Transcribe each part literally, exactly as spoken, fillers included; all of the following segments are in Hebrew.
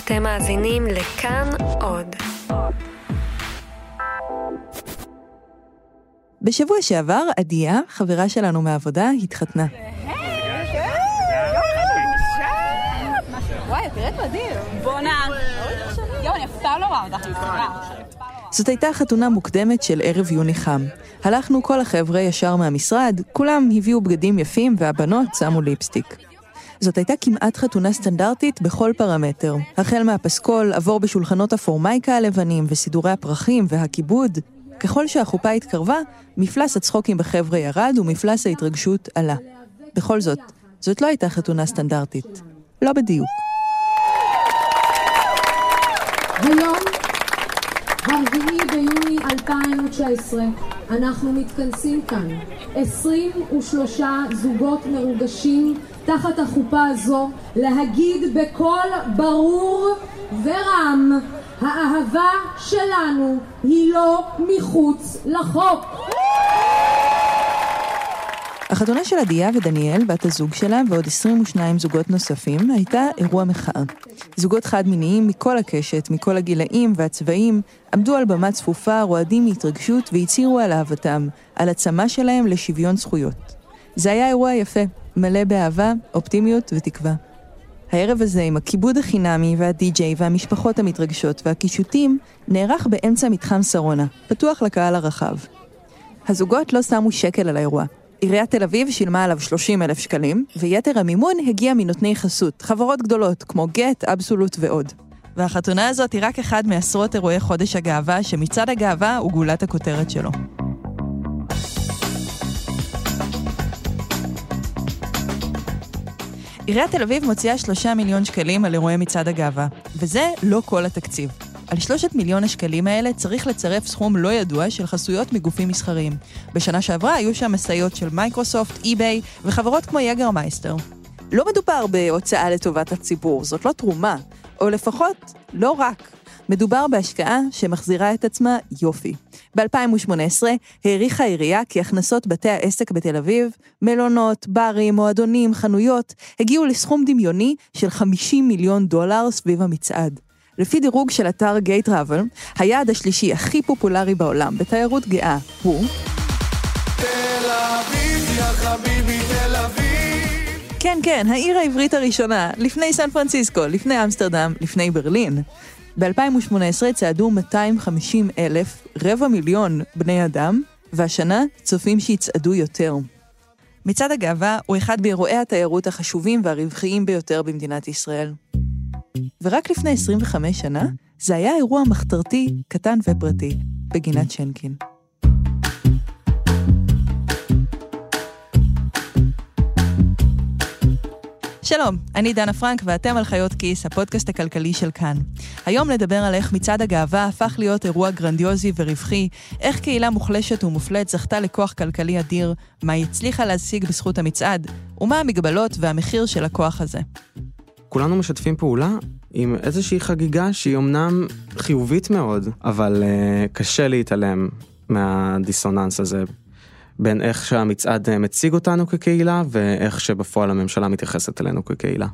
אתם מאזינים לכאן עוד. בשבוע שעבר, עדיה, חברה שלנו מהעבודה, התחתנה. וואי, תראית מדהים. בונה. יואו, אני אף פעם לא רואה אותך מסתרה. זאת הייתה חתונה מוקדמת של ערב יוני חם. הלכנו כל החבר'ה ישר מהמשרד, כולם הביאו בגדים יפים והבנות שמו ליפסטיק. זאת הייתה כמעט חתונה סטנדרטית בכל פרמטר. החל מהפסקול, עבור בשולחנות הפורמייקה הלבנים וסידורי הפרחים והכיבוד. ככל שהחופה התקרבה, מפלס הצחוקים בחבר'ה ירד ומפלס ההתרגשות עלה. בכל זאת, זאת לא הייתה חתונה סטנדרטית. לא בדיוק. היום, הרביעי ביוני אלפיים תשע עשרה, אנחנו מתכנסים כאן. עשרים ושלושה זוגות מרוגשים תחת החופה הזו, להגיד בקול ברור ורם, האהבה שלנו היא לא מחוץ לחוק. החתונה של עדיה ודניאל, בת הזוג שלה, ועוד עשרים ושניים זוגות נוספים, הייתה אירוע מחאה. זוגות חד-מיניים מכל הקשת, מכל הגילאים והצבעים, עמדו על במה צפופה, רועדים מהתרגשות והצהירו על אהבתם, על עצמה שלהם לשוויון זכויות. זה היה אירוע יפה, מלא באהבה, אופטימיות ותקווה. הערב הזה עם הכיבוד החינמי והדי-ג'יי והמשפחות המתרגשות והקישוטים נערך באמצע מתחם שרונה, פתוח לקהל הרחב. הזוגות לא שמו שקל על האירוע. עיריית תל אביב שילמה עליו שלושים אלף שקלים, ויתר המימון הגיע מנותני חסות, חברות גדולות כמו גט, אבסולוט ועוד. והחתונה הזאת היא רק אחד מעשרות אירועי חודש הגאווה, שמצד הגאווה הוא גולת הכותרת שלו. עיריית תל אביב מוציאה שלושה מיליון שקלים על אירועי מצד הגאווה, וזה לא כל התקציב. על שלושת מיליון השקלים האלה צריך לצרף סכום לא ידוע של חסויות מגופים מסחריים. בשנה שעברה היו שם מסעיות של מייקרוסופט, אי-ביי וחברות כמו יגרמייסטר. לא מדובר בהוצאה לטובת הציבור, זאת לא תרומה, או לפחות לא רק. מדובר בהשקעה שמחזירה את עצמה יופי. ב-אלפיים שמונה עשרה העריכה העירייה כי הכנסות בתי העסק בתל אביב, מלונות, ברים, מועדונים, חנויות, הגיעו לסכום דמיוני של חמישים מיליון דולר סביב המצעד. לפי דירוג של אתר גיי טראבל, היעד השלישי הכי פופולרי בעולם בתיירות גאה הוא תל אביב, יא חביבי תל אביב. כן, כן, העיר העברית הראשונה, לפני סן פרנסיסקו, לפני אמסטרדם, לפני ברלין. ב-אלפיים שמונה עשרה צעדו מאתיים וחמישים אלף, רבע מיליון בני אדם, והשנה צופים שיצעדו יותר. מצעד הגאווה הוא אחד באירועי התיירות החשובים והרווחיים ביותר במדינת ישראל. ורק לפני עשרים וחמש שנה, זה היה אירוע מחתרתי, קטן ופרטי, בגינת שנקין. שלום, אני דנה פרנק ואתם על חיות כיס, הפודקאסט הכלכלי של כאן. היום נדבר על איך מצעד הגאווה הפך להיות אירוע גרנדיוזי ורווחי, איך קהילה מוחלשת ומופלית זכתה לכוח כלכלי אדיר, מה היא הצליחה להשיג בזכות המצעד, ומה המגבלות והמחיר של הכוח הזה. כולנו משתפים פעולה עם איזושהי חגיגה שהיא אמנם חיובית מאוד, אבל uh, קשה להתעלם מהדיסוננס הזה, בין איך שהמצעד מציג אותנו כקהילה, ואיך שבפועל הממשלה מתייחסת אלינו כקהילה.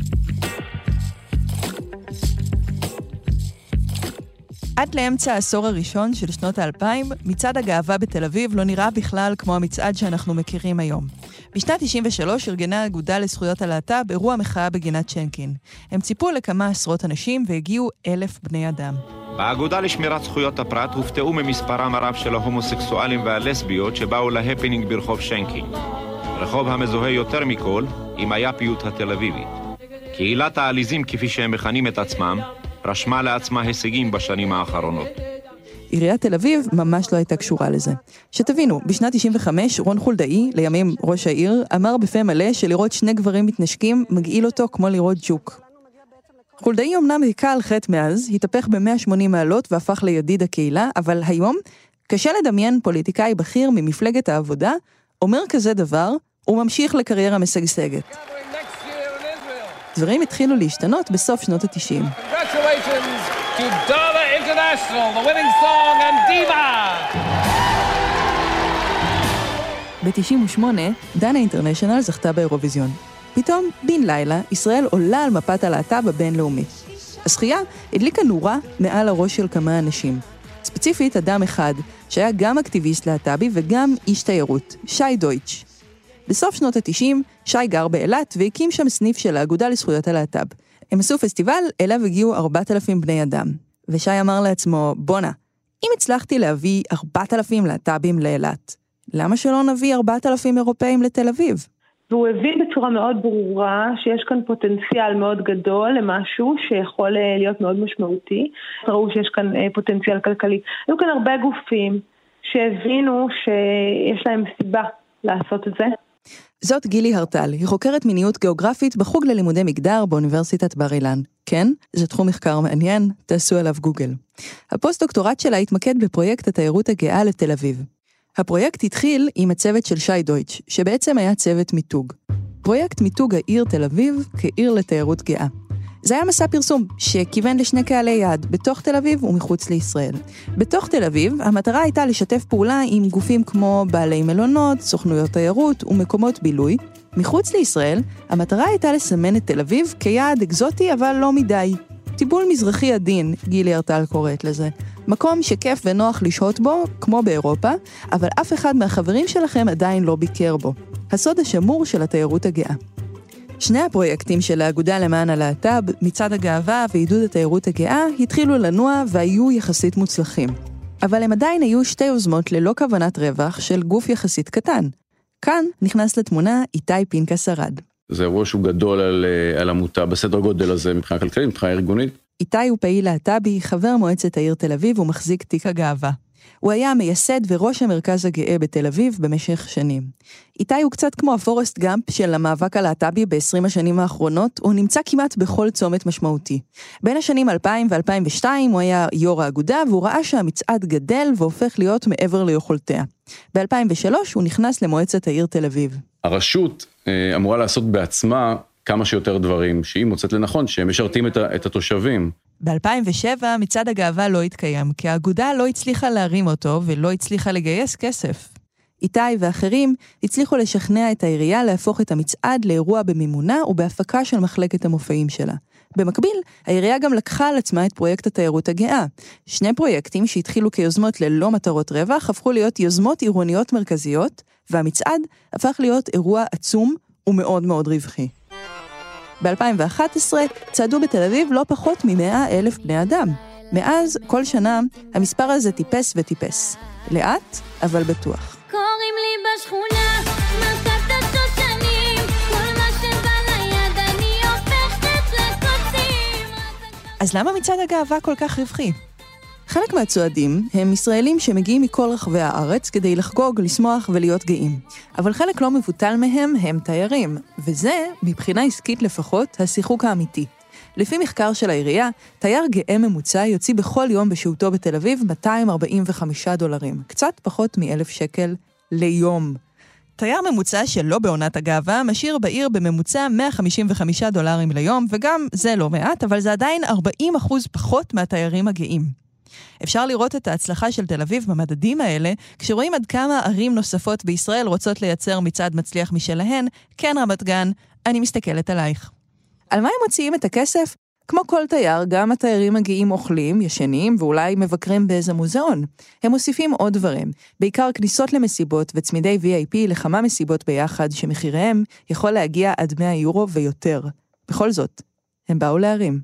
עד לאמצע העשור הראשון של שנות האלפיים, מצעד הגאווה בתל אביב לא נראה בכלל כמו המצעד שאנחנו מכירים היום. בשנת תשעים ושלוש ארגנה האגודה לזכויות הלהט"ב אירוע מחאה בגינת שנקין. הם ציפו לכמה עשרות אנשים והגיעו אלף בני אדם. באגודה לשמירת זכויות הפרט הופתעו ממספרם הרב של ההומוסקסואלים והלסביות שבאו להפנינג ברחוב שנקין. רחוב המזוהה יותר מכל עם היאפיות התל אביבית. קהילת העליזים כפי שהם מכנים את עצמם, רשמה לעצמה הישגים בשנים האחרונות. עיריית תל אביב ממש לא הייתה קשורה לזה. שתבינו, בשנת תשעים וחמש רון חולדאי, לימים ראש העיר, אמר בפה מלא שלראות שני גברים מתנשקים מגעיל אותו כמו לראות ג'וק. חולדאי אמנם היכה על חטא מאז, התהפך ב-מאה ושמונים מעלות והפך לידיד הקהילה, אבל היום קשה לדמיין פוליטיקאי בכיר ממפלגת העבודה, אומר כזה דבר, וממשיך לקריירה משגשגת. דברים התחילו להשתנות בסוף שנות ה-תשעים. Congratulations to Dana International, the winning song and diva! ב-תשעים ושמונה, דנה אינטרנשיונל זכתה באירוויזיון. פתאום, בן לילה, ישראל עולה על מפת הלהט"ב הבינלאומית. הזכייה הדליקה נורה מעל הראש של כמה אנשים. ספציפית אדם אחד, שהיה גם אקטיביסט להט"בי וגם איש תיירות, שי דויטש. בסוף שנות ה-תשעים, שי גר באילת והקים שם סניף של האגודה לזכויות הלהט"ב. הם עשו פסטיבל, אליו הגיעו ארבעת אלפים בני אדם. ושי אמר לעצמו, בונה, אם הצלחתי להביא ארבעת אלפים להט"בים לאילת, למה שלא נביא ארבעת אלפים אירופאים לתל אביב? והוא הבין בצורה מאוד ברורה שיש כאן פוטנציאל מאוד גדול למשהו שיכול להיות מאוד משמעותי. ראו שיש כאן פוטנציאל כלכלי. היו כאן הרבה גופים שהבינו שיש להם סיבה לעשות את זה. זאת גילי הרטל, היא חוקרת מיניות גיאוגרפית בחוג ללימודי מגדר באוניברסיטת בר אילן. כן, זה תחום מחקר מעניין, תעשו עליו גוגל. הפוסט-דוקטורט שלה התמקד בפרויקט התיירות הגאה לתל אביב. הפרויקט התחיל עם הצוות של שי דויטש, שבעצם היה צוות מיתוג. פרויקט מיתוג העיר תל אביב כעיר לתיירות גאה. זה היה מסע פרסום שכיוון לשני קהלי יעד, בתוך תל אביב ומחוץ לישראל. בתוך תל אביב, המטרה הייתה לשתף פעולה עם גופים כמו בעלי מלונות, סוכנויות תיירות ומקומות בילוי. מחוץ לישראל, המטרה הייתה לסמן את תל אביב כיעד אקזוטי אבל לא מדי. טיבול מזרחי עדין, גילי הרטל קוראת לזה. מקום שכיף ונוח לשהות בו, כמו באירופה, אבל אף אחד מהחברים שלכם עדיין לא ביקר בו. הסוד השמור של התיירות הגאה. שני הפרויקטים של האגודה למען הלהט"ב, מצעד הגאווה ועידוד התיירות הגאה, התחילו לנוע והיו יחסית מוצלחים. אבל הם עדיין היו שתי יוזמות ללא כוונת רווח של גוף יחסית קטן. כאן נכנס לתמונה איתי פינקס ארד. זה אירוע שהוא גדול על, על עמותה בסדר גודל הזה מבחינה כלכלית, מבחינה ארגונית. איתי הוא פעיל להט"בי, חבר מועצת העיר תל אביב ומחזיק תיק הגאווה. הוא היה המייסד וראש המרכז הגאה בתל אביב במשך שנים. איתי הוא קצת כמו הפורסט גאמפ של המאבק הלהט"בי ב-עשרים השנים האחרונות, הוא נמצא כמעט בכל צומת משמעותי. בין השנים אלפיים ו-אלפיים ושתיים הוא היה יו"ר האגודה, והוא ראה שהמצעד גדל והופך להיות מעבר ליכולתיה. ב-אלפיים ושלוש הוא נכנס למועצת העיר תל אביב. הרשות אה, אמורה לעשות בעצמה כמה שיותר דברים, שהיא מוצאת לנכון, שהם משרתים את, ה- את התושבים. ב-אלפיים ושבע מצעד הגאווה לא התקיים, כי האגודה לא הצליחה להרים אותו ולא הצליחה לגייס כסף. איתי ואחרים הצליחו לשכנע את העירייה להפוך את המצעד לאירוע במימונה ובהפקה של מחלקת המופעים שלה. במקביל, העירייה גם לקחה על עצמה את פרויקט התיירות הגאה. שני פרויקטים שהתחילו כיוזמות ללא מטרות רווח, הפכו להיות יוזמות עירוניות מרכזיות, והמצעד הפך להיות אירוע עצום ומאוד מאוד רווחי. ב-אלפיים ואחת עשרה צעדו בתל אביב לא פחות מ-מאה אלף בני אדם. מאז, כל שנה, המספר הזה טיפס וטיפס. לאט, אבל בטוח. קוראים לי בשכונה, מלכת התושנים, כל מה שבא ליד אני הופכת לקוצים. אז למה מצעד הגאווה כל כך רווחי? חלק מהצועדים הם ישראלים שמגיעים מכל רחבי הארץ כדי לחגוג, לשמוח ולהיות גאים. אבל חלק לא מבוטל מהם הם תיירים, וזה, מבחינה עסקית לפחות, השיחוק האמיתי. לפי מחקר של העירייה, תייר גאה ממוצע יוציא בכל יום בשהותו בתל אביב מאתיים ארבעים וחמישה דולרים, קצת פחות מאלף שקל ליום. תייר ממוצע שלא בעונת הגאווה משאיר בעיר בממוצע מאה חמישים וחמישה דולרים ליום, וגם זה לא מעט, אבל זה עדיין ארבעים אחוז פחות מהתיירים הגאים. אפשר לראות את ההצלחה של תל אביב במדדים האלה, כשרואים עד כמה ערים נוספות בישראל רוצות לייצר מצעד מצליח משלהן. כן, רמת גן, אני מסתכלת עלייך. על מה הם מוציאים את הכסף? כמו כל תייר, גם התיירים מגיעים אוכלים, ישנים, ואולי מבקרים באיזה מוזיאון. הם מוסיפים עוד דברים, בעיקר כניסות למסיבות וצמידי וי איי פי לכמה מסיבות ביחד, שמחיריהם יכול להגיע עד מאה יורו ויותר. בכל זאת, הם באו להרים.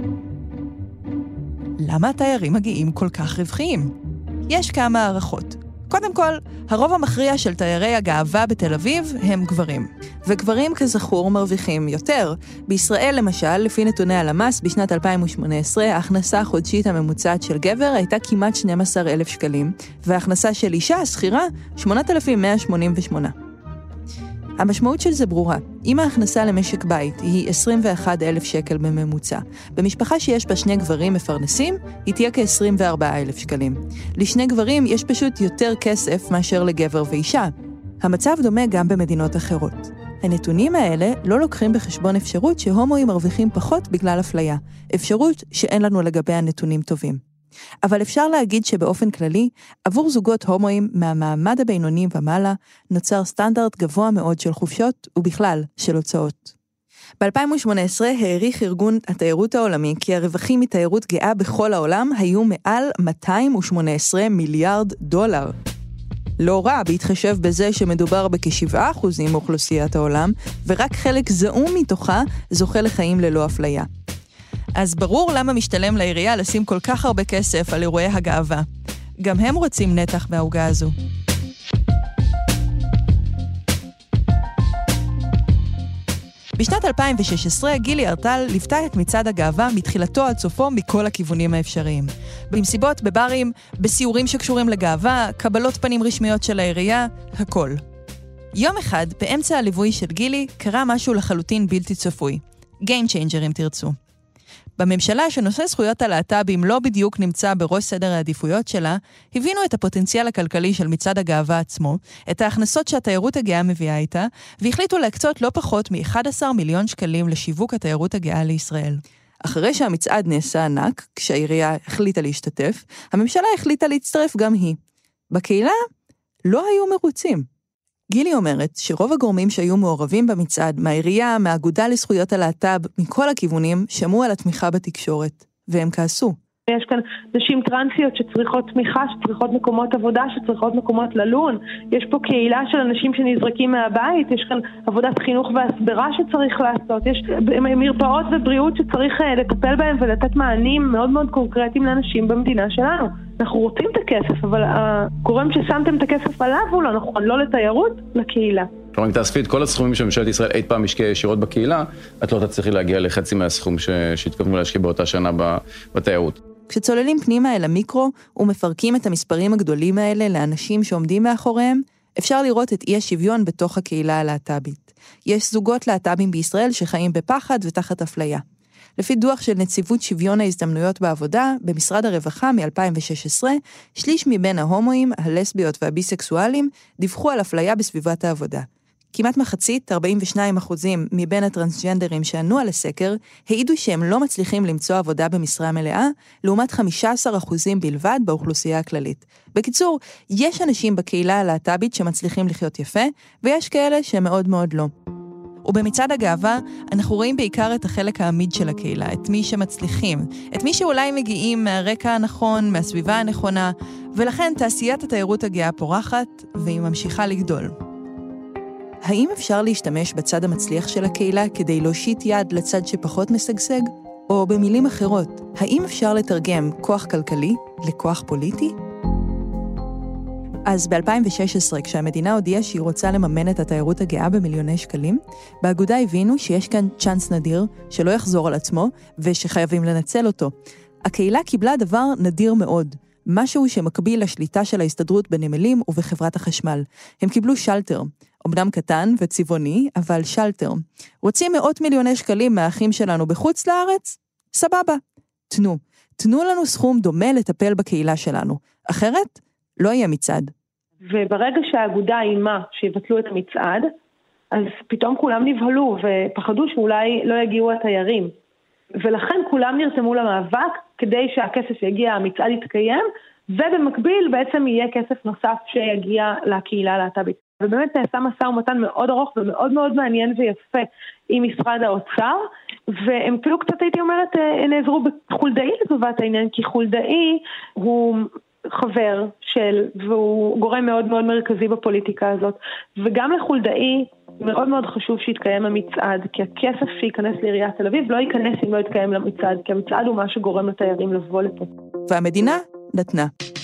למה התיירים מגיעים כל כך רווחיים? יש כמה הערכות. קודם כל, הרוב המכריע של תיירי הגאווה בתל אביב הם גברים. וגברים כזכור מרוויחים יותר. בישראל למשל, לפי נתוני הלמ"ס, בשנת אלפיים ושמונה עשרה, ההכנסה החודשית הממוצעת של גבר הייתה כמעט שנים עשר אלף שקלים, וההכנסה של אישה שכירה שמונת אלפים מאה שמונים ושמונה. המשמעות של זה ברורה. אם ההכנסה למשק בית היא עשרים ואחד אלף שקל בממוצע, במשפחה שיש בה שני גברים מפרנסים, היא תהיה כ-עשרים וארבעה אלף שקלים. לשני גברים יש פשוט יותר כסף מאשר לגבר ואישה. המצב דומה גם במדינות אחרות. הנתונים האלה לא לוקחים בחשבון אפשרות שהומואים מרוויחים פחות בגלל אפליה, אפשרות שאין לנו לגביה נתונים טובים. אבל אפשר להגיד שבאופן כללי, עבור זוגות הומואים מהמעמד הבינוני ומעלה, נוצר סטנדרט גבוה מאוד של חופשות ובכלל של הוצאות. ב-אלפיים ושמונה עשרה העריך ארגון התיירות העולמי כי הרווחים מתיירות גאה בכל העולם היו מעל מאתיים ושמונה עשרה מיליארד דולר. לא רע בהתחשב בזה שמדובר בכ-שבעה אחוזים מאוכלוסיית העולם, ורק חלק זעום מתוכה זוכה לחיים ללא אפליה. אז ברור למה משתלם לעירייה לשים כל כך הרבה כסף על אירועי הגאווה. גם הם רוצים נתח מהעוגה הזו. בשנת אלפיים ושש עשרה גילי ארטל ליוותה את מצעד הגאווה מתחילתו עד סופו מכל הכיוונים האפשריים. במסיבות, בברים, בסיורים שקשורים לגאווה, קבלות פנים רשמיות של העירייה, הכל. יום אחד, באמצע הליווי של גילי, קרה משהו לחלוטין בלתי צפוי. Game changer אם תרצו. בממשלה שנושא זכויות הלהט"בים לא בדיוק נמצא בראש סדר העדיפויות שלה, הבינו את הפוטנציאל הכלכלי של מצעד הגאווה עצמו, את ההכנסות שהתיירות הגאה מביאה איתה, והחליטו להקצות לא פחות מ-אחד עשר מיליון שקלים לשיווק התיירות הגאה לישראל. אחרי שהמצעד נעשה ענק, כשהעירייה החליטה להשתתף, הממשלה החליטה להצטרף גם היא. בקהילה לא היו מרוצים. גילי אומרת שרוב הגורמים שהיו מעורבים במצעד, מהעירייה, מהאגודה לזכויות הלהט"ב, מכל הכיוונים, שמעו על התמיכה בתקשורת, והם כעסו. יש כאן נשים טרנסיות שצריכות תמיכה, שצריכות מקומות עבודה, שצריכות מקומות ללון. יש פה קהילה של אנשים שנזרקים מהבית, יש כאן עבודת חינוך והסברה שצריך לעשות, יש מרפאות ובריאות שצריך לטפל בהם ולתת מענים מאוד מאוד קונקרטיים לאנשים במדינה שלנו. אנחנו רוצים את הכסף, אבל הגורם ששמתם את הכסף עליו הוא לא נכון, לא לתיירות, לקהילה. כלומר, אם תאספי את כל הסכומים שממשלת ישראל אי פעם השקיעה ישירות בקהילה, את לא תצליחי להגיע לחצי מהסכום שהתכוונו להשקיע באותה שנה בתיירות. כשצוללים פנימה אל המיקרו ומפרקים את המספרים הגדולים האלה לאנשים שעומדים מאחוריהם, אפשר לראות את אי השוויון בתוך הקהילה הלהט"בית. יש זוגות להט"בים בישראל שחיים בפחד ותחת אפליה. לפי דוח של נציבות שוויון ההזדמנויות בעבודה, במשרד הרווחה מ-אלפיים ושש עשרה, שליש מבין ההומואים, הלסביות והביסקסואלים, דיווחו על אפליה בסביבת העבודה. כמעט מחצית, ארבעים ושניים אחוזים מבין הטרנסג'נדרים שענו על הסקר, העידו שהם לא מצליחים למצוא עבודה במשרה מלאה, לעומת חמישה עשר אחוזים בלבד באוכלוסייה הכללית. בקיצור, יש אנשים בקהילה הלהט"בית שמצליחים לחיות יפה, ויש כאלה שמאוד מאוד לא. ובמצעד הגאווה, אנחנו רואים בעיקר את החלק העמיד של הקהילה, את מי שמצליחים, את מי שאולי מגיעים מהרקע הנכון, מהסביבה הנכונה, ולכן תעשיית התיירות הגאה פורחת, והיא ממשיכה לגדול. האם אפשר להשתמש בצד המצליח של הקהילה כדי להושיט יד לצד שפחות משגשג? או במילים אחרות, האם אפשר לתרגם כוח כלכלי לכוח פוליטי? אז ב-אלפיים ושש עשרה, כשהמדינה הודיעה שהיא רוצה לממן את התיירות הגאה במיליוני שקלים, באגודה הבינו שיש כאן צ'אנס נדיר שלא יחזור על עצמו ושחייבים לנצל אותו. הקהילה קיבלה דבר נדיר מאוד, משהו שמקביל לשליטה של ההסתדרות בנמלים ובחברת החשמל. הם קיבלו שלטר, אמנם קטן וצבעוני, אבל שלטר. רוצים מאות מיליוני שקלים מהאחים שלנו בחוץ לארץ? סבבה, תנו. תנו לנו סכום דומה לטפל בקהילה שלנו. אחרת, לא יהיה מצעד. וברגע שהאגודה אימה שיבטלו את המצעד, אז פתאום כולם נבהלו ופחדו שאולי לא יגיעו התיירים. ולכן כולם נרתמו למאבק כדי שהכסף יגיע, המצעד יתקיים, ובמקביל בעצם יהיה כסף נוסף שיגיע לקהילה הלהט"בית. ובאמת נעשה משא ומתן מאוד ארוך ומאוד מאוד מעניין ויפה עם משרד האוצר, והם אפילו קצת הייתי אומרת נעזרו בחולדאי לטובת העניין, כי חולדאי הוא חבר של, והוא גורם מאוד מאוד מרכזי בפוליטיקה הזאת, וגם לחולדאי מאוד מאוד חשוב שיתקיים המצעד, כי הכסף שייכנס לעיריית תל אביב לא ייכנס אם לא יתקיים למצעד, כי המצעד הוא מה שגורם לתיירים לבוא לפה. והמדינה נתנה.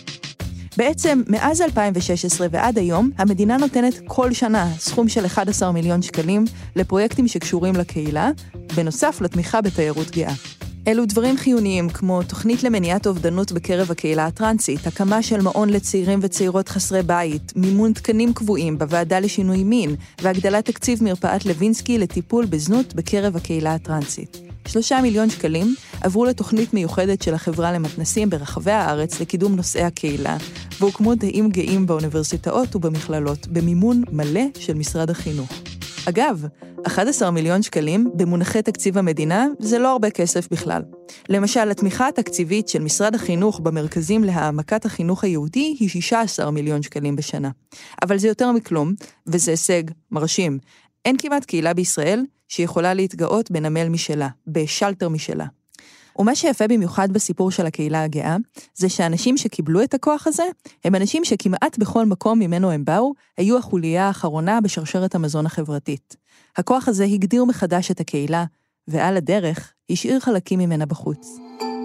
בעצם, מאז אלפיים ושש עשרה ועד היום, המדינה נותנת כל שנה סכום של אחד עשר מיליון שקלים לפרויקטים שקשורים לקהילה, בנוסף לתמיכה בתיירות גאה. אלו דברים חיוניים כמו תוכנית למניעת אובדנות בקרב הקהילה הטרנסית, הקמה של מעון לצעירים וצעירות חסרי בית, מימון תקנים קבועים בוועדה לשינוי מין, והגדלת תקציב מרפאת לוינסקי לטיפול בזנות בקרב הקהילה הטרנסית. שלושה מיליון שקלים עברו לתוכנית מיוחדת של החברה למתנסים ברחבי הארץ לקידום נושאי הקהילה, והוקמו תאים גאים באוניברסיטאות ובמכללות, במימון מלא של משרד החינוך. אגב, אחד עשר מיליון שקלים במונחי תקציב המדינה זה לא הרבה כסף בכלל. למשל, התמיכה התקציבית של משרד החינוך במרכזים להעמקת החינוך היהודי היא שישה עשר מיליון שקלים בשנה. אבל זה יותר מכלום, וזה הישג מרשים. אין כמעט קהילה בישראל שיכולה להתגאות בנמל משלה, בשלטר משלה. ומה שיפה במיוחד בסיפור של הקהילה הגאה, זה שאנשים שקיבלו את הכוח הזה, הם אנשים שכמעט בכל מקום ממנו הם באו, היו החוליה האחרונה בשרשרת המזון החברתית. הכוח הזה הגדיר מחדש את הקהילה, ועל הדרך השאיר חלקים ממנה בחוץ.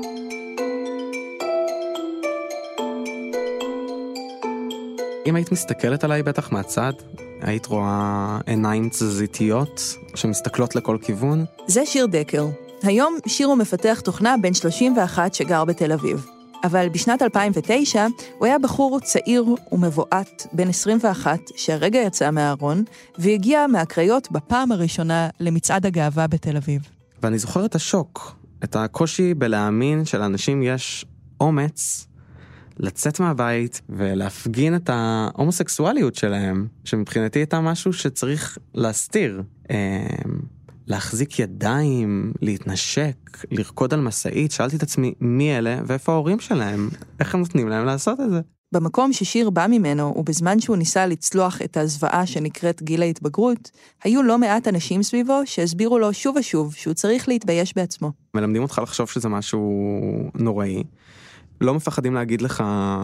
אם היית מסתכלת עליי בטח מהצד, היית רואה עיניים תזזיתיות שמסתכלות לכל כיוון. זה שיר דקל. היום שיר הוא מפתח תוכנה בן שלושים ואחת שגר בתל אביב. אבל בשנת אלפיים ותשע הוא היה בחור צעיר ומבועת בן עשרים ואחת שהרגע יצא מהארון והגיע מהקריות בפעם הראשונה למצעד הגאווה בתל אביב. ואני זוכר את השוק, את הקושי בלהאמין שלאנשים יש אומץ לצאת מהבית ולהפגין את ההומוסקסואליות שלהם, שמבחינתי הייתה משהו שצריך להסתיר. להחזיק ידיים, להתנשק, לרקוד על מסעית. שאלתי את עצמי מי אלה ואיפה ההורים שלהם, איך הם נותנים להם לעשות את זה. במקום ששיר בא ממנו, ובזמן שהוא ניסה לצלוח את הזוועה שנקראת גיל ההתבגרות, היו לא מעט אנשים סביבו שהסבירו לו שוב ושוב שהוא צריך להתבייש בעצמו. מלמדים אותך לחשוב שזה משהו נוראי. לא מפחדים להגיד לך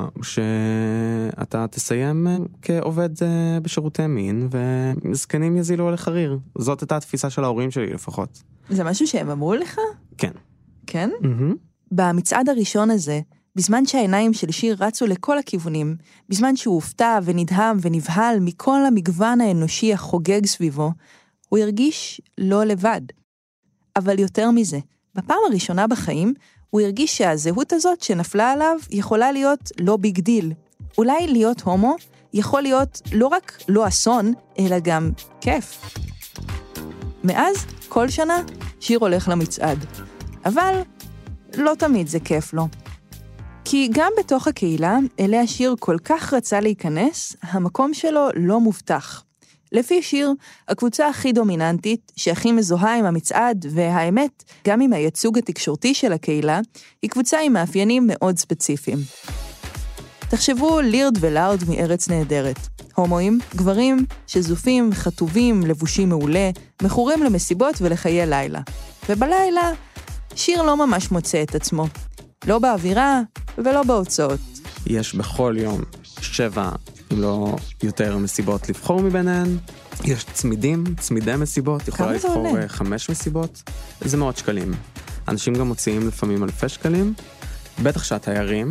שאתה תסיים כעובד בשירותי מין, וזקנים יזילו על החריר. זאת הייתה התפיסה של ההורים שלי לפחות. זה משהו שהם אמרו לך? כן. כן? Mm-hmm. במצעד הראשון הזה, בזמן שהעיניים של שיר רצו לכל הכיוונים, בזמן שהוא הופתע ונדהם ונבהל מכל המגוון האנושי החוגג סביבו, הוא הרגיש לא לבד. אבל יותר מזה, בפעם הראשונה בחיים, הוא הרגיש שהזהות הזאת שנפלה עליו יכולה להיות לא ביג דיל. אולי להיות הומו יכול להיות לא רק לא אסון, אלא גם כיף. מאז, כל שנה, שיר הולך למצעד. אבל לא תמיד זה כיף לו. כי גם בתוך הקהילה, אליה שיר כל כך רצה להיכנס, המקום שלו לא מובטח. לפי שיר, הקבוצה הכי דומיננטית, שהכי מזוהה עם המצעד, והאמת, גם עם הייצוג התקשורתי של הקהילה, היא קבוצה עם מאפיינים מאוד ספציפיים. תחשבו לירד ולארד מארץ נהדרת. הומואים, גברים, שזופים, חטובים, לבושים מעולה, מכורים למסיבות ולחיי לילה. ובלילה, שיר לא ממש מוצא את עצמו. לא באווירה ולא בהוצאות. יש בכל יום שבע, אם לא יותר מסיבות לבחור מביניהן. יש צמידים, צמידי מסיבות, יכולה לבחור עולה? חמש מסיבות. זה מאות שקלים. אנשים גם מוציאים לפעמים אלפי שקלים. בטח שהתיירים,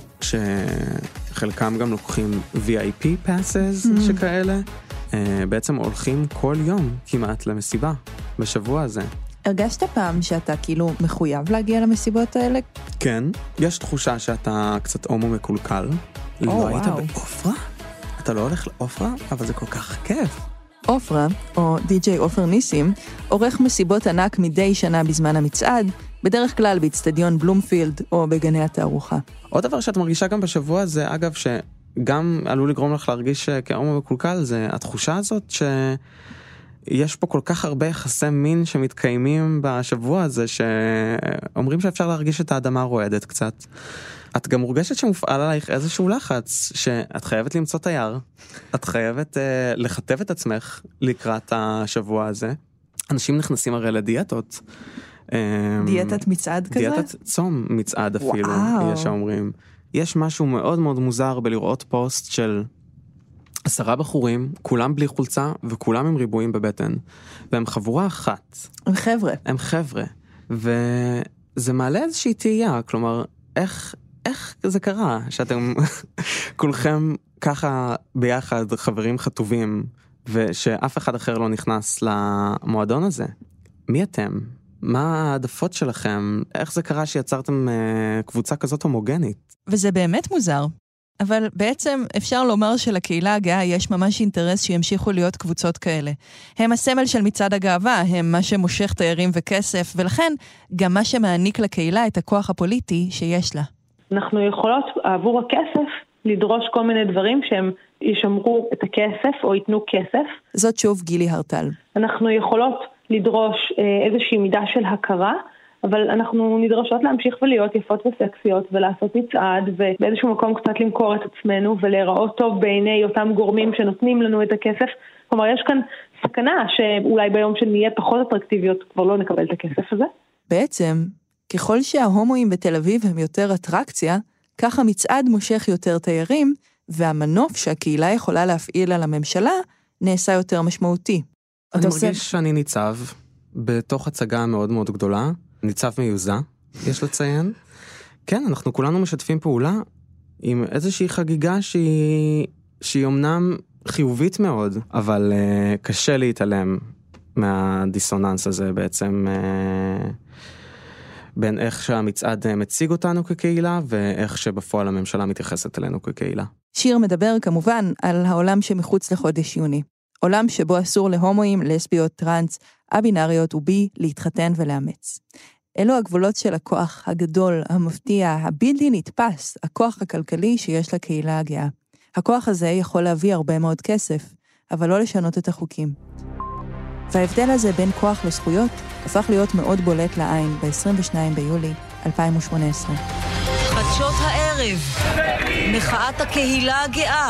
שחלקם גם לוקחים וי איי פי passes mm-hmm. שכאלה, בעצם הולכים כל יום כמעט למסיבה בשבוע הזה. הרגשת פעם שאתה כאילו מחויב להגיע למסיבות האלה? כן, יש תחושה שאתה קצת הומו מקולקל. או, לא היית וואו. באופרה? אתה לא הולך לאופרה? אבל זה כל כך כיף. אופרה, או די-ג'יי עופר ניסים, עורך מסיבות ענק מדי שנה בזמן המצעד, בדרך כלל באצטדיון בלומפילד או בגני התערוכה. עוד דבר שאת מרגישה גם בשבוע הזה, אגב, שגם עלול לגרום לך להרגיש כהומו מקולקל, זה התחושה הזאת ש... יש פה כל כך הרבה יחסי מין שמתקיימים בשבוע הזה, שאומרים שאפשר להרגיש את האדמה רועדת קצת. את גם מורגשת שמופעל עלייך איזשהו לחץ, שאת חייבת למצוא תייר, את חייבת uh, לכתב את עצמך לקראת השבוע הזה. אנשים נכנסים הרי לדיאטות. דיאטת מצעד כזה? דיאטת צום מצעד אפילו, וואו. יש שאומרים. יש משהו מאוד מאוד מוזר בלראות פוסט של... עשרה בחורים, כולם בלי חולצה, וכולם עם ריבועים בבטן. והם חבורה אחת. הם חבר'ה. הם חבר'ה. וזה מעלה איזושהי תהייה, כלומר, איך, איך זה קרה, שאתם כולכם ככה ביחד חברים חטובים, ושאף אחד אחר לא נכנס למועדון הזה? מי אתם? מה העדפות שלכם? איך זה קרה שיצרתם uh, קבוצה כזאת הומוגנית? וזה באמת מוזר. אבל בעצם אפשר לומר שלקהילה הגאה יש ממש אינטרס שימשיכו להיות קבוצות כאלה. הם הסמל של מצעד הגאווה, הם מה שמושך תיירים וכסף, ולכן גם מה שמעניק לקהילה את הכוח הפוליטי שיש לה. אנחנו יכולות עבור הכסף לדרוש כל מיני דברים שהם ישמרו את הכסף או ייתנו כסף. זאת שוב גילי הרטל. אנחנו יכולות לדרוש איזושהי מידה של הכרה, אבל אנחנו נדרשות להמשיך ולהיות יפות וסקסיות ולעשות מצעד ובאיזשהו מקום קצת למכור את עצמנו ולהיראות טוב בעיני אותם גורמים שנותנים לנו את הכסף. כלומר, יש כאן סכנה שאולי ביום שנהיה פחות אטרקטיביות כבר לא נקבל את הכסף הזה. בעצם, ככל שההומואים בתל אביב הם יותר אטרקציה, כך המצעד מושך יותר תיירים, והמנוף שהקהילה יכולה להפעיל על הממשלה נעשה יותר משמעותי. אני מרגיש עושה... שאני ניצב בתוך הצגה מאוד מאוד גדולה, ניצב מיוזה, יש לציין. כן, אנחנו כולנו משתפים פעולה עם איזושהי חגיגה שהיא, שהיא אמנם חיובית מאוד, אבל uh, קשה להתעלם מהדיסוננס הזה בעצם uh, בין איך שהמצעד מציג אותנו כקהילה, ואיך שבפועל הממשלה מתייחסת אלינו כקהילה. שיר מדבר כמובן על העולם שמחוץ לחודש יוני. עולם שבו אסור להומואים, לסביות, טרנס, הבינאריות ובי להתחתן ולאמץ. אלו הגבולות של הכוח הגדול, המפתיע, הבלתי נתפס, הכוח הכלכלי שיש לקהילה הגאה. הכוח הזה יכול להביא הרבה מאוד כסף, אבל לא לשנות את החוקים. וההבדל הזה בין כוח לזכויות הפך להיות מאוד בולט לעין ב-עשרים ושניים ביולי אלפיים ושמונה עשרה. חדשות הערב, מחאת הקהילה הגאה.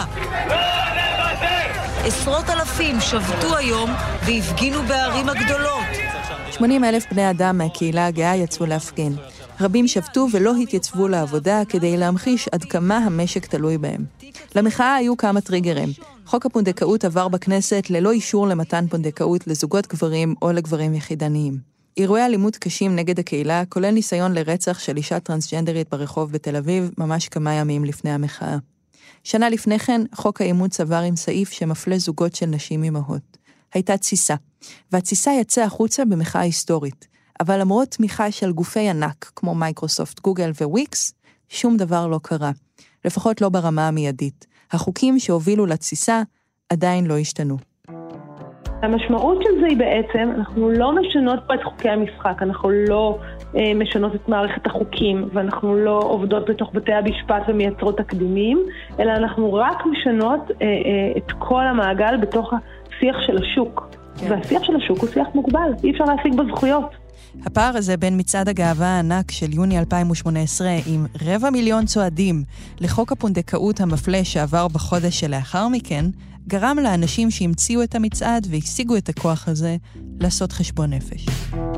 עשרות אלפים שבתו היום והפגינו בערים הגדולות. שמונים אלף בני אדם מהקהילה הגאה יצאו להפגין. רבים שבתו ולא התייצבו לעבודה כדי להמחיש עד כמה המשק תלוי בהם. למחאה היו כמה טריגרים. חוק הפונדקאות עבר בכנסת ללא אישור למתן פונדקאות לזוגות גברים או לגברים יחידניים. אירועי אלימות קשים נגד הקהילה, כולל ניסיון לרצח של אישה טרנסג'נדרית ברחוב בתל אביב, ממש כמה ימים לפני המחאה. שנה לפני כן, חוק האימוץ עבר עם סעיף שמפלה זוגות של נשים אימהות. הייתה תסיסה, והתסיסה יצאה החוצה במחאה היסטורית. אבל למרות תמיכה של גופי ענק, כמו מייקרוסופט, גוגל וויקס, שום דבר לא קרה. לפחות לא ברמה המיידית. החוקים שהובילו לתסיסה עדיין לא השתנו. המשמעות של זה היא בעצם, אנחנו לא משנות פה את חוקי המשחק, אנחנו לא אה, משנות את מערכת החוקים, ואנחנו לא עובדות בתוך בתי המשפט ומייצרות תקדימים, אלא אנחנו רק משנות אה, אה, את כל המעגל בתוך השיח של השוק. כן. והשיח של השוק הוא שיח מוגבל, אי אפשר להשיג בזכויות. הפער הזה בין מצעד הגאווה הענק של יוני אלפיים ושמונה עשרה עם רבע מיליון צועדים לחוק הפונדקאות המפלה שעבר בחודש שלאחר מכן, גרם לאנשים שהמציאו את המצעד והשיגו את הכוח הזה לעשות חשבון נפש.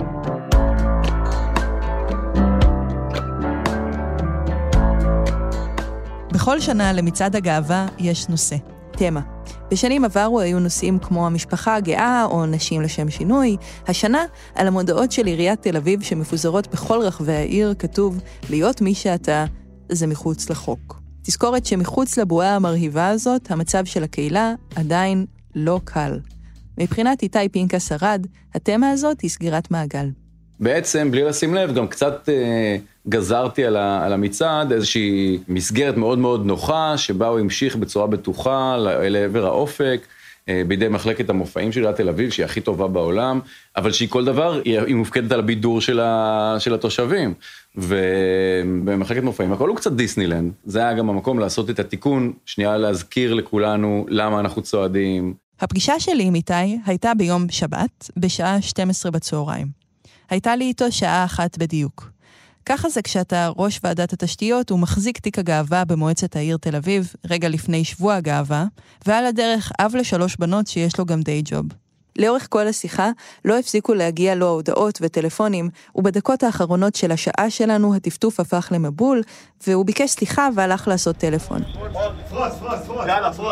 בכל שנה למצעד הגאווה יש נושא, תמה. בשנים עברו היו נושאים כמו המשפחה הגאה או נשים לשם שינוי. השנה, על המודעות של עיריית תל אביב שמפוזרות בכל רחבי העיר, כתוב להיות מי שאתה, זה מחוץ לחוק. תזכורת שמחוץ לבועה המרהיבה הזאת, המצב של הקהילה עדיין לא קל. מבחינת איתי פינקס ארד, התמה הזאת היא סגירת מעגל. לעצם, בלי לשים לב, גם קצת אה, גזרתי על, ה, על המצעד, איזושהי מסגרת מאוד מאוד נוחה, שבה הוא המשיך בצורה בטוחה לעבר האופק, אה, בידי מחלקת המופעים של עיריית תל אביב, שהיא הכי טובה בעולם, אבל שהיא כל דבר, היא, היא מופקדת על הבידור של, ה, של התושבים. ובמחלקת מופעים, הכל הוא קצת דיסנילנד. זה היה גם המקום לעשות את התיקון, שנייה להזכיר לכולנו למה אנחנו צועדים. הפגישה שלי עם איתי הייתה ביום שבת, בשעה שתים עשרה בצהריים. הייתה לי איתו שעה אחת בדיוק. ככה זה כשאתה ראש ועדת התשתיות ומחזיק תיק הגאווה במועצת העיר תל אביב, רגע לפני שבוע הגאווה, ועל הדרך אב לשלוש בנות שיש לו גם די ג'וב. לאורך כל השיחה לא הפסיקו להגיע לו הודעות וטלפונים, ובדקות האחרונות של השעה שלנו הטפטוף הפך למבול, והוא ביקש סליחה והלך לעשות טלפון. פרוס, פרוס, פרוס. יאללה, פרוס.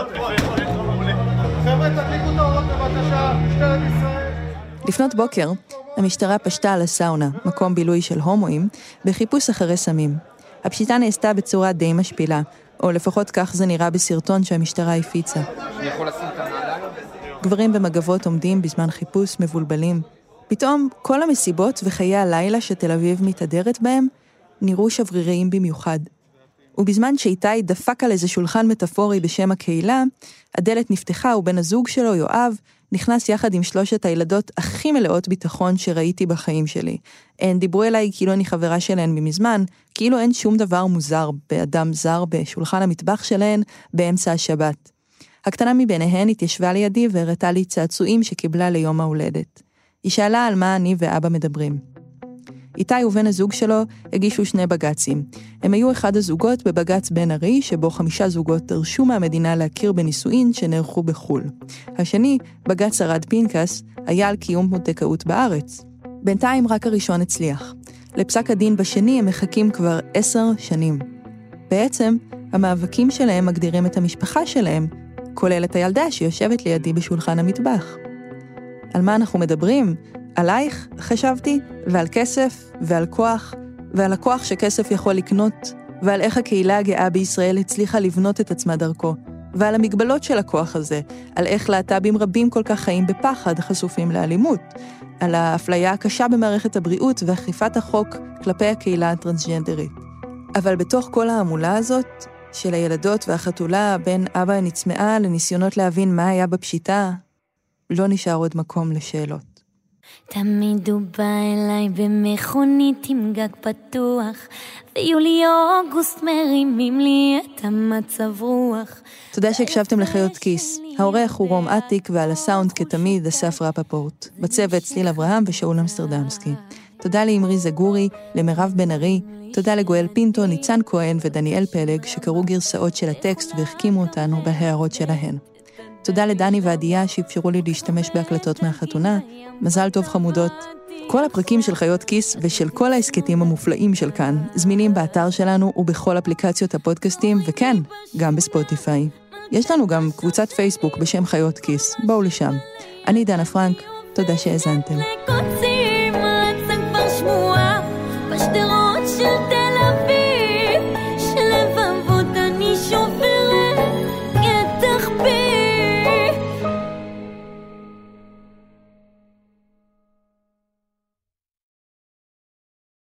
חבר'ה, תדליקו את האורות בבקשה, משטרת ישראל. לפנות בוקר, המשטרה פשטה על הסאונה, מקום בילוי של הומואים, בחיפוש אחרי סמים. הפשיטה נעשתה בצורה די משפילה, או לפחות כך זה נראה בסרטון שהמשטרה הפיצה. אני יכול לשים את הנעליים? גברים במגבות עומדים בזמן חיפוש מבולבלים. פתאום כל המסיבות וחיי הלילה שתל אביב מתהדרת בהם נראו שבריריים במיוחד. ובזמן שאיתי דפק על איזה שולחן מטאפורי בשם הקהילה, הדלת נפתחה ובן הזוג שלו, יואב, נכנס יחד עם שלושת הילדות הכי מלאות ביטחון שראיתי בחיים שלי. הן דיברו אליי כאילו אני חברה שלהן ממזמן, כאילו אין שום דבר מוזר באדם זר בשולחן המטבח שלהן באמצע השבת. הקטנה מביניהן התיישבה לידי והראתה לי צעצועים שקיבלה ליום ההולדת. היא שאלה על מה אני ואבא מדברים. איתי ובן הזוג שלו הגישו שני בגצים. הם היו אחד הזוגות בבגץ בן ארי, שבו חמישה זוגות דרשו מהמדינה להכיר בנישואין שנערכו בחול. השני, בגץ ארד פינקס, היה על קיום פונדקאות בארץ. בינתיים רק הראשון הצליח. לפסק הדין בשני הם מחכים כבר עשר שנים. בעצם, המאבקים שלהם מגדירים את המשפחה שלהם, כולל את הילדה שיושבת לידי בשולחן המטבח. על מה אנחנו מדברים? עלייך, חשבתי, ועל כסף, ועל כוח, ועל הכוח שכסף יכול לקנות, ועל איך הקהילה הגאה בישראל הצליחה לבנות את עצמה דרכו, ועל המגבלות של הכוח הזה, על איך להט"בים רבים כל כך חיים בפחד חשופים לאלימות, על האפליה הקשה במערכת הבריאות ואכיפת החוק כלפי הקהילה הטרנסג'נדרית. אבל בתוך כל העמולה הזאת, של הילדות והחתולה בין אבא נצמאה לניסיונות להבין מה היה בפשיטה, לא נשאר עוד מקום לשאלות. תמיד הוא בא אליי במכונית עם גג פתוח, ויולי אוגוסט מרימים לי את המצב רוח. תודה שהקשבתם לחיות כיס. העורך הוא רום עתיק, ועל הסאונד כתמיד אסף רפפורט. בצוות צליל אברהם ושאול אמסטרדמסקי. תודה לאמרי זגורי, למירב בן ארי, תודה לגואל פינטו, ניצן כהן ודניאל פלג, שקראו גרסאות של הטקסט והחכימו אותנו בהערות שלהן. תודה לדני ועדיה שאפשרו לי להשתמש בהקלטות מהחתונה. מזל טוב חמודות. כל הפרקים של חיות כיס ושל כל העסקטים המופלאים של כאן זמינים באתר שלנו ובכל אפליקציות הפודקאסטים, וכן, גם בספוטיפיי. יש לנו גם קבוצת פייסבוק בשם חיות כיס. בואו לשם. אני דנה פרנק, תודה שהאזנתם.